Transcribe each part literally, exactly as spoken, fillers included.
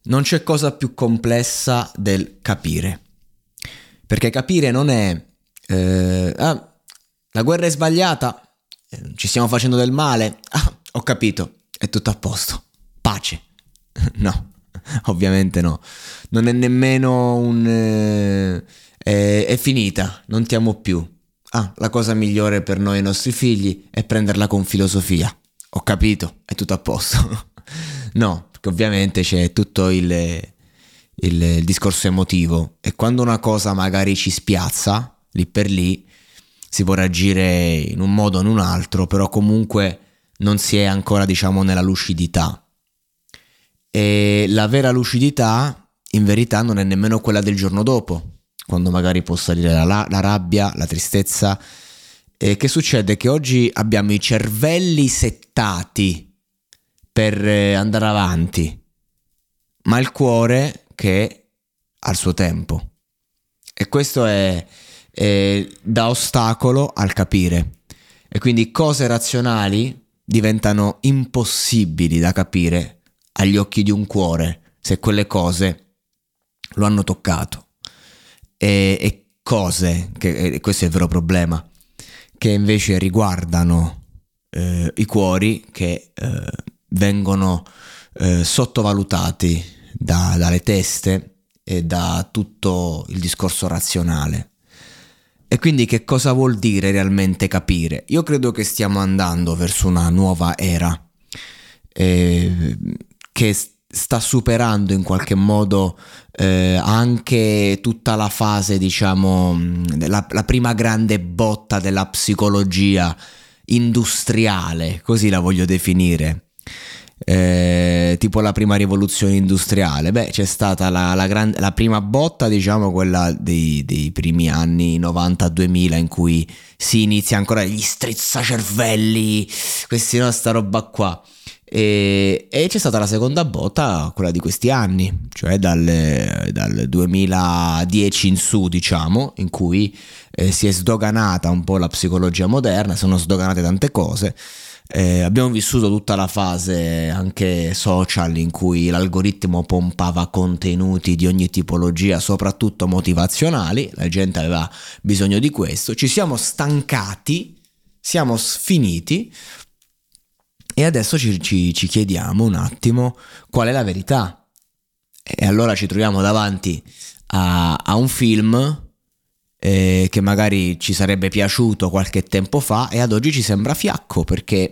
non c'è cosa più complessa del capire, perché capire non è eh, ah, la guerra è sbagliata, eh, ci stiamo facendo del male, ah, ho capito, è tutto a posto, pace. No, ovviamente no, non è nemmeno un eh, è, è finita, non ti amo più. Ah, la cosa migliore per noi e i nostri figli è prenderla con filosofia. Ho capito, è tutto a posto. No, perché ovviamente c'è tutto il, il, il discorso emotivo, e quando una cosa magari ci spiazza, lì per lì, si può reagire in un modo o in un altro, però comunque non si è ancora, diciamo, nella lucidità. E la vera lucidità, in verità, non è nemmeno quella del giorno dopo, quando magari può salire la, la rabbia, la tristezza. E che succede? Che oggi abbiamo i cervelli settati per andare avanti, ma il cuore che ha il suo tempo. E questo è, è da ostacolo al capire. E quindi cose razionali diventano impossibili da capire agli occhi di un cuore, se quelle cose lo hanno toccato. E, e cose, che e questo è il vero problema, che invece riguardano eh, i cuori, che eh, vengono eh, sottovalutati da, dalle teste e da tutto il discorso razionale. E quindi che cosa vuol dire realmente capire? Io credo che stiamo andando verso una nuova era eh, che sta superando in qualche modo eh, anche tutta la fase, diciamo, la, la prima grande botta della psicologia industriale, così la voglio definire, eh, tipo la prima rivoluzione industriale. Beh, c'è stata la, la, gran, la prima botta, diciamo quella dei, dei primi anni novanta duemila, in cui si inizia ancora gli strizzacervelli, questi, no, sta roba qua. E, e c'è stata la seconda botta, quella di questi anni, cioè dal, dal duemiladieci in su, diciamo, in cui eh, si è sdoganata un po' la psicologia moderna, sono sdoganate tante cose. Eh, abbiamo vissuto tutta la fase anche social, in cui l'algoritmo pompava contenuti di ogni tipologia, soprattutto motivazionali. La gente aveva bisogno di questo, ci siamo stancati, siamo sfiniti. E adesso ci, ci, ci chiediamo un attimo qual è la verità. E allora ci troviamo davanti a, a un film eh, che magari ci sarebbe piaciuto qualche tempo fa, e ad oggi ci sembra fiacco, perché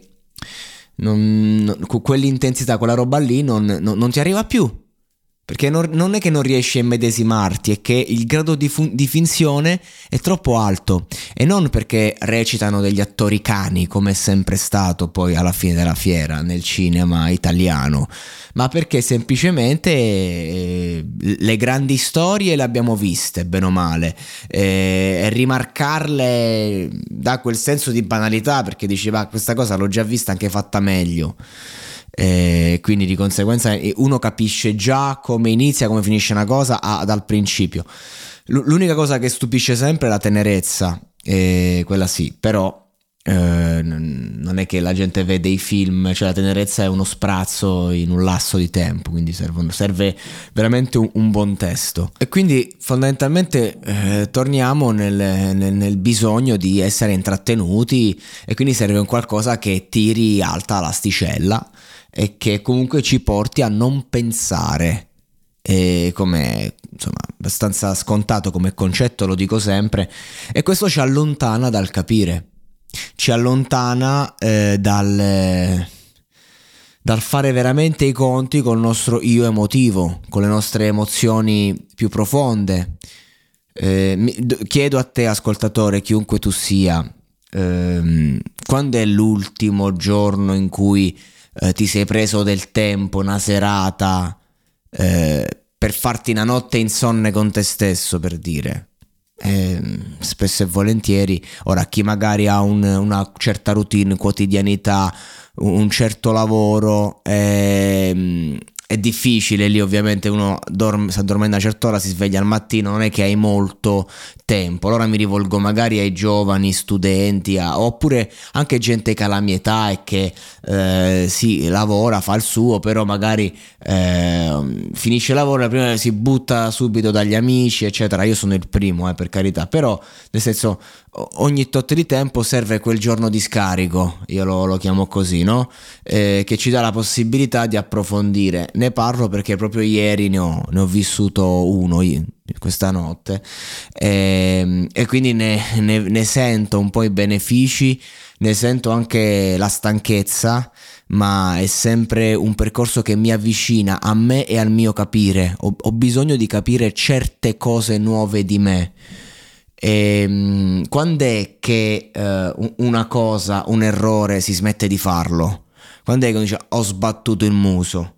non, non, quell'intensità, quella roba lì non, non, non ti arriva più. Perché non, non è che non riesci a immedesimarti, è che il grado di, fu- di finzione è troppo alto. E non perché recitano degli attori cani, come è sempre stato poi alla fine della fiera nel cinema italiano, ma perché semplicemente eh, le grandi storie le abbiamo viste, bene o male, eh, e rimarcarle dà quel senso di banalità, perché diceva questa cosa l'ho già vista anche fatta meglio. E quindi di conseguenza uno capisce già come inizia, come finisce una cosa a, dal principio. L- l'unica cosa che stupisce sempre è la tenerezza, e quella sì, però eh, non è che la gente vede i film, cioè la tenerezza è uno sprazzo in un lasso di tempo, quindi serve, serve veramente un, un buon testo. E quindi fondamentalmente eh, torniamo nel, nel, nel bisogno di essere intrattenuti, e quindi serve un qualcosa che tiri alta l'asticella e che comunque ci porti a non pensare. E come, insomma, abbastanza scontato come concetto, lo dico sempre, e questo ci allontana dal capire, ci allontana eh, dal, dal fare veramente i conti col nostro io emotivo, con le nostre emozioni più profonde. Eh, mi, chiedo a te, ascoltatore, chiunque tu sia, ehm, quando è l'ultimo giorno in cui eh, ti sei preso del tempo, una serata, eh, per farti una notte insonne con te stesso, per dire? Eh, spesso e volentieri. Ora, chi magari ha un, una certa routine, quotidianità, un certo lavoro, eh, è difficile lì, ovviamente uno dorme, si addormenta a una certa ora, si sveglia al mattino, non è che hai molto tempo. Allora mi rivolgo magari ai giovani studenti, a, oppure anche gente che ha la mia età e che eh, si lavora, fa il suo, però magari eh, finisce il lavoro, prima si butta subito dagli amici, eccetera. Io sono il primo, eh, per carità, però nel senso ogni tot di tempo serve quel giorno di scarico, io lo, lo chiamo così, no? Eh, che ci dà la possibilità di approfondire. Ne parlo perché proprio ieri ne ho, ne ho vissuto uno io, questa notte, e, e quindi ne, ne, ne sento un po' i benefici, ne sento anche la stanchezza, ma è sempre un percorso che mi avvicina a me e al mio capire. Ho, ho bisogno di capire certe cose nuove di me. E, quando è che uh, una cosa, un errore si smette di farlo? Quando è che dice ho sbattuto il muso?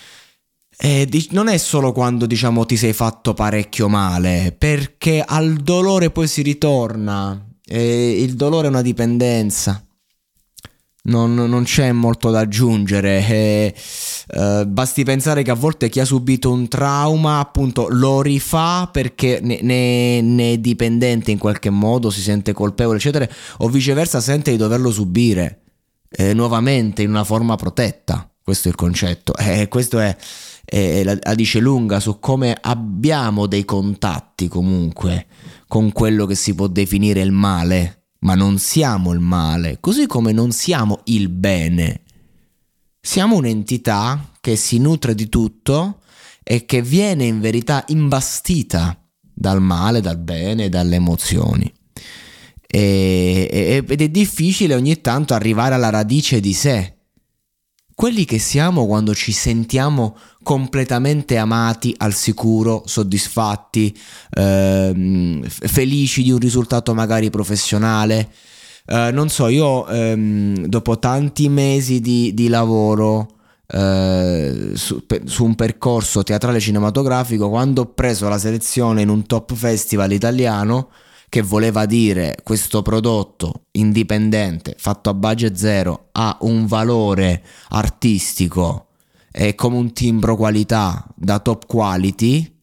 E non è solo quando, diciamo, ti sei fatto parecchio male, perché al dolore poi si ritorna, e il dolore è una dipendenza. Non, non c'è molto da aggiungere, e, uh, basti pensare che a volte chi ha subito un trauma appunto lo rifà perché ne, ne, ne è dipendente in qualche modo, si sente colpevole eccetera, o viceversa sente di doverlo subire eh, nuovamente in una forma protetta. Questo è il concetto, e eh, questo è, è la, la dice lunga su come abbiamo dei contatti comunque con quello che si può definire il male. Ma non siamo il male, così come non siamo il bene. Siamo un'entità che si nutre di tutto e che viene in verità imbastita dal male, dal bene, dalle emozioni. E, e, ed è difficile ogni tanto arrivare alla radice di sé. Quelli che siamo quando ci sentiamo completamente amati, al sicuro, soddisfatti, ehm, felici di un risultato magari professionale. Eh, non so, io ehm, dopo tanti mesi di, di lavoro eh, su, per, su un percorso teatrale cinematografico, quando ho preso la selezione in un top festival italiano, che voleva dire questo prodotto indipendente fatto a budget zero ha un valore artistico e come un timbro qualità da top quality,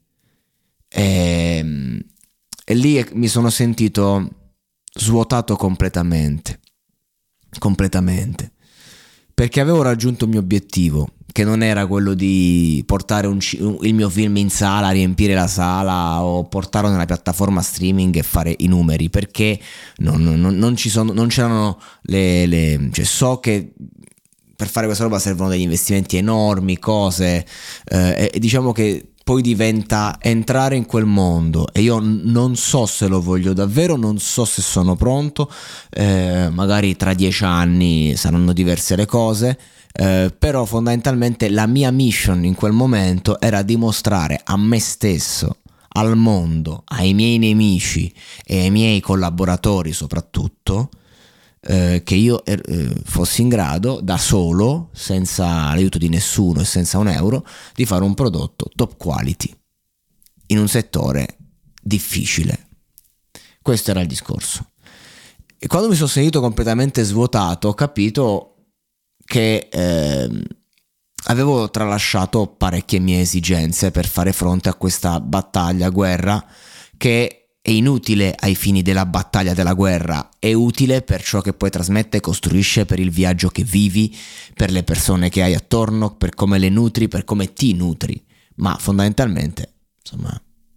e, e lì mi sono sentito svuotato completamente completamente perché avevo raggiunto il mio obiettivo, che non era quello di portare un, il mio film in sala, riempire la sala o portarlo nella piattaforma streaming e fare i numeri, perché non, non, non ci sono, non c'erano le, le cioè so che per fare questa roba servono degli investimenti enormi, cose eh, e, e diciamo che poi diventa entrare in quel mondo, e io non so se lo voglio davvero, non so se sono pronto, eh, magari tra dieci anni saranno diverse le cose, eh, però fondamentalmente la mia mission in quel momento era dimostrare a me stesso, al mondo, ai miei nemici e ai miei collaboratori soprattutto, eh, che io eh, fossi in grado da solo, senza l'aiuto di nessuno e senza un euro, di fare un prodotto top quality in un settore difficile. Questo era il discorso. E quando mi sono sentito completamente svuotato, ho capito che eh, avevo tralasciato parecchie mie esigenze per fare fronte a questa battaglia, guerra, che è inutile ai fini della battaglia della guerra, è utile per ciò che poi trasmette e costruisce, per il viaggio che vivi, per le persone che hai attorno, per come le nutri, per come ti nutri. Ma fondamentalmente, insomma,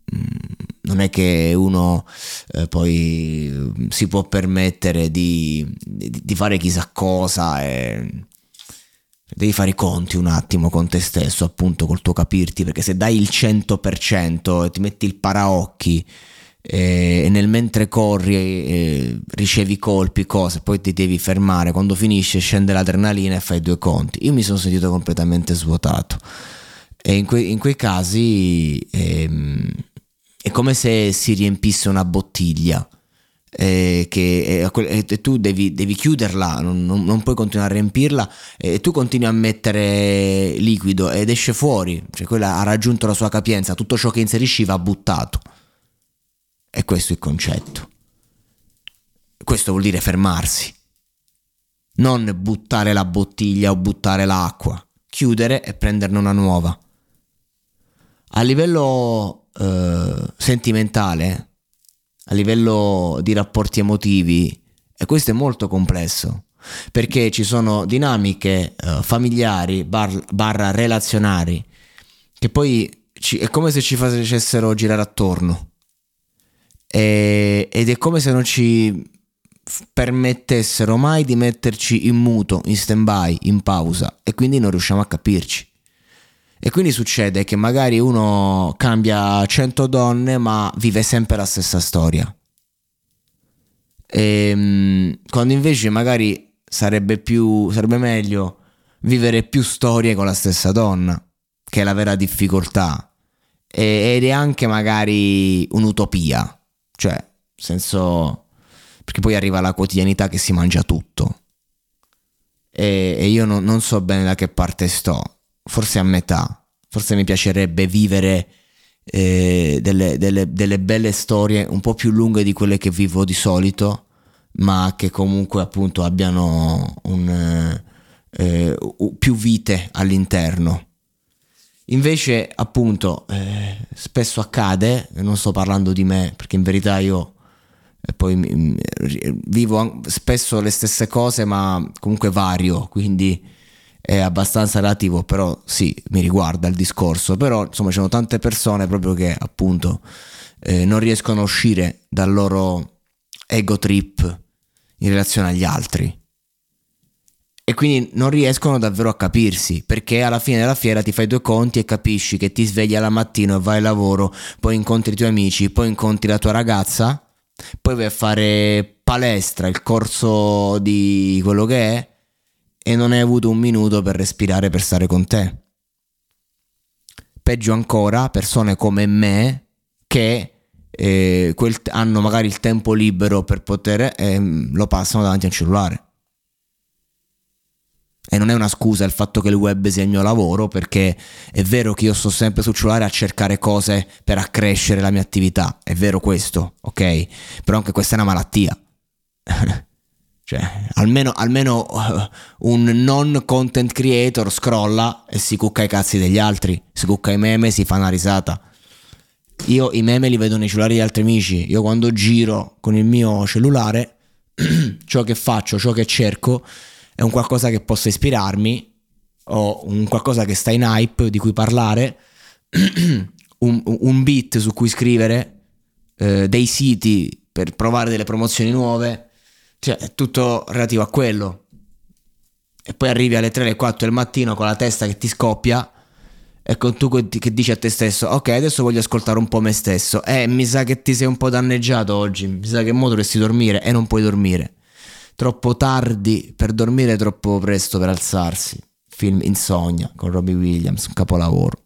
non è che uno eh, poi si può permettere di, di, di fare chissà cosa, e devi fare i conti un attimo con te stesso, appunto col tuo capirti, perché se dai il cento per cento e ti metti il paraocchi e nel mentre corri eh, ricevi colpi, cose, poi ti devi fermare, quando finisce scende l'adrenalina e fai due conti. Io mi sono sentito completamente svuotato, e in, que- in quei casi ehm, è come se si riempisse una bottiglia eh, che, eh, e tu devi, devi chiuderla, non, non, non puoi continuare a riempirla, e tu continui a mettere liquido ed esce fuori, cioè quella ha raggiunto la sua capienza, tutto ciò che inserisci va buttato. E questo è il concetto. Questo vuol dire fermarsi, non buttare la bottiglia o buttare l'acqua, chiudere e prenderne una nuova. A livello eh, sentimentale, a livello di rapporti emotivi, e questo è molto complesso, perché ci sono dinamiche eh, familiari bar, barra relazionari che poi ci, è come se ci facessero girare attorno, e, ed è come se non ci permettessero mai di metterci in muto, in stand-by, in pausa, e quindi non riusciamo a capirci. E quindi succede che magari uno cambia cento donne ma vive sempre la stessa storia, e, quando invece magari sarebbe più sarebbe meglio vivere più storie con la stessa donna, che è la vera difficoltà, e, ed è anche magari un'utopia, cioè nel senso, perché poi arriva la quotidianità che si mangia tutto, e, e io non, non so bene da che parte sto, forse a metà, forse mi piacerebbe vivere eh, delle, delle, delle belle storie un po' più lunghe di quelle che vivo di solito, ma che comunque appunto abbiano un, eh, più vite all'interno. Invece appunto eh, spesso accade, non sto parlando di me perché in verità io e poi mi, vivo spesso le stesse cose, ma comunque vario, quindi è abbastanza relativo, però sì, mi riguarda il discorso. Però insomma ci sono tante persone proprio che appunto eh, non riescono a uscire dal loro ego trip in relazione agli altri, e quindi non riescono davvero a capirsi, perché alla fine della fiera ti fai due conti e capisci che ti svegli alla mattina e vai al lavoro, poi incontri i tuoi amici, poi incontri la tua ragazza, poi vai a fare palestra, il corso di quello che è, e non hai avuto un minuto per respirare, per stare con te. Peggio ancora, persone come me che eh, quel, hanno magari il tempo libero per poter eh, lo passano davanti al cellulare. E non è una scusa il fatto che il web sia il mio lavoro, perché è vero che io sto sempre sul cellulare a cercare cose per accrescere la mia attività, è vero questo, ok? Però anche questa è una malattia. Cioè, almeno, almeno uh, un non content creator scrolla e si cucca i cazzi degli altri, si cucca i meme, si fa una risata. Io i meme li vedo nei cellulari degli altri amici. Io quando giro con il mio cellulare ciò che faccio, ciò che cerco è un qualcosa che possa ispirarmi, o un qualcosa che sta in hype, di cui parlare, un, un beat su cui scrivere, eh, dei siti per provare delle promozioni nuove, cioè è tutto relativo a quello. E poi arrivi alle tre, alle quattro del mattino con la testa che ti scoppia, e con tu che dici a te stesso: ok, adesso voglio ascoltare un po' me stesso. Eh, mi sa che ti sei un po' danneggiato oggi, mi sa che mo dovresti dormire, e non puoi dormire. Troppo tardi per dormire, troppo presto per alzarsi. Film Insomnia con Robbie Williams, un capolavoro.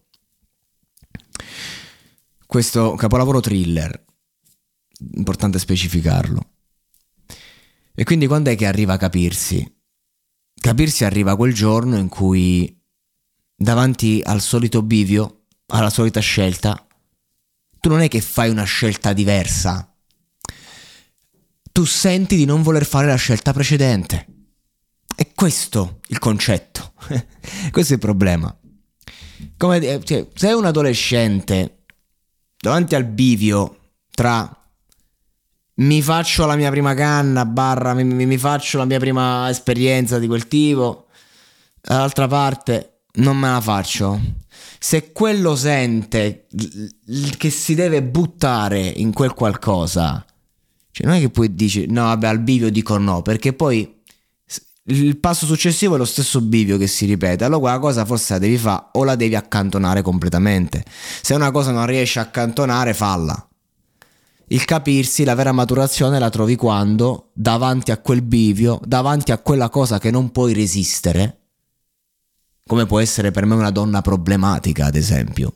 Questo capolavoro thriller, importante specificarlo. E quindi quando è che arriva a capirsi? Capirsi arriva quel giorno in cui davanti al solito bivio, alla solita scelta, tu non è che fai una scelta diversa, tu senti di non voler fare la scelta precedente. È questo il concetto. Questo è il problema. Come, cioè, sei un adolescente davanti al bivio tra mi faccio la mia prima canna barra mi, mi, mi faccio la mia prima esperienza di quel tipo, dall'altra parte non me la faccio. Se quello sente che si deve buttare in quel qualcosa, cioè non è che poi dici no vabbè, al bivio dico no, perché poi il passo successivo è lo stesso bivio che si ripete. Allora quella cosa forse la devi fare, o la devi accantonare completamente. Se una cosa non riesci a accantonare, falla. Il capirsi, la vera maturazione la trovi quando davanti a quel bivio, davanti a quella cosa che non puoi resistere, come può essere per me una donna problematica ad esempio,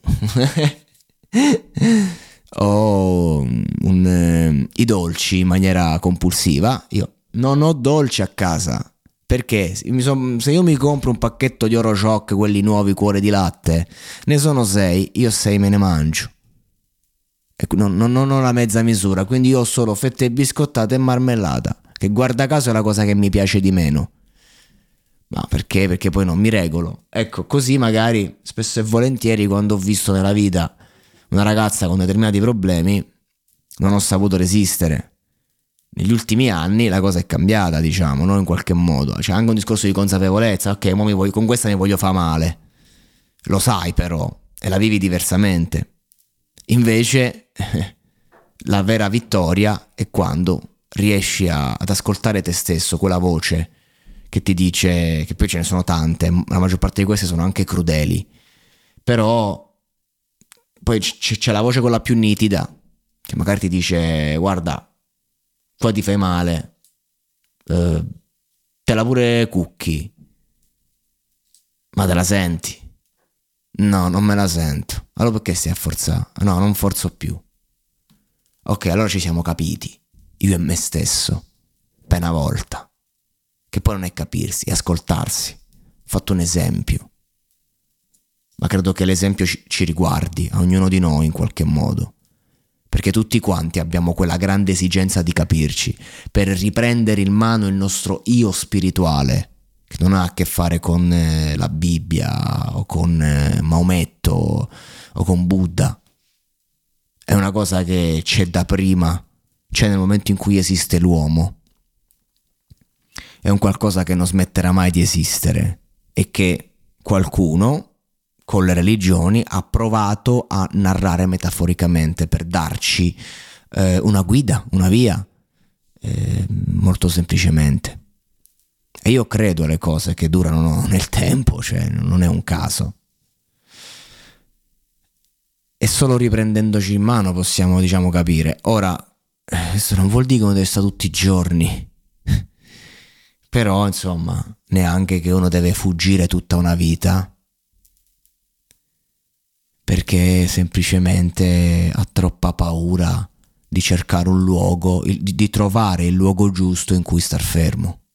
o un, eh, i dolci in maniera compulsiva. Io non ho dolci a casa, perché mi son, se io mi compro un pacchetto di Oroshock, quelli nuovi cuore di latte, ne sono sei, io sei me ne mangio. Non, non, non ho la mezza misura, quindi io ho solo fette biscottate e marmellata, che guarda caso è la cosa che mi piace di meno. Ma perché? Perché poi non mi regolo. Ecco, così magari spesso e volentieri quando ho visto nella vita una ragazza con determinati problemi non ho saputo resistere. Negli ultimi anni la cosa è cambiata, diciamo, no? In qualche modo. C'è anche un discorso di consapevolezza. Ok, mo mi voglio, con questa mi voglio fa male. Lo sai però, e la vivi diversamente. Invece la vera vittoria è quando riesci a, ad ascoltare te stesso, quella voce che ti dice, che poi ce ne sono tante, la maggior parte di queste sono anche crudeli, però poi c- c'è la voce quella più nitida che magari ti dice guarda, qua ti fai male, eh, te la pure cucchi, ma te la senti? No, non me la sento. Allora perché stai a forzare? No, non forzo più. Ok, allora ci siamo capiti, io e me stesso, per una volta. Che poi non è capirsi, è ascoltarsi. Ho fatto un esempio, ma credo che l'esempio ci, ci riguardi a ognuno di noi in qualche modo, perché tutti quanti abbiamo quella grande esigenza di capirci, per riprendere in mano il nostro io spirituale, che non ha a che fare con eh, la Bibbia o con eh, Maometto o con Buddha. È una cosa che c'è da prima, c'è nel momento in cui esiste l'uomo. È un qualcosa che non smetterà mai di esistere e che qualcuno con le religioni ha provato a narrare metaforicamente per darci eh, una guida, una via, eh, molto semplicemente. E io credo alle cose che durano nel tempo, cioè non è un caso. E solo riprendendoci in mano possiamo, diciamo, capire. Ora, questo non vuol dire che uno deve stare tutti i giorni. Però, insomma, neanche che uno deve fuggire tutta una vita perché semplicemente ha troppa paura di cercare un luogo, di, di trovare il luogo giusto in cui star fermo.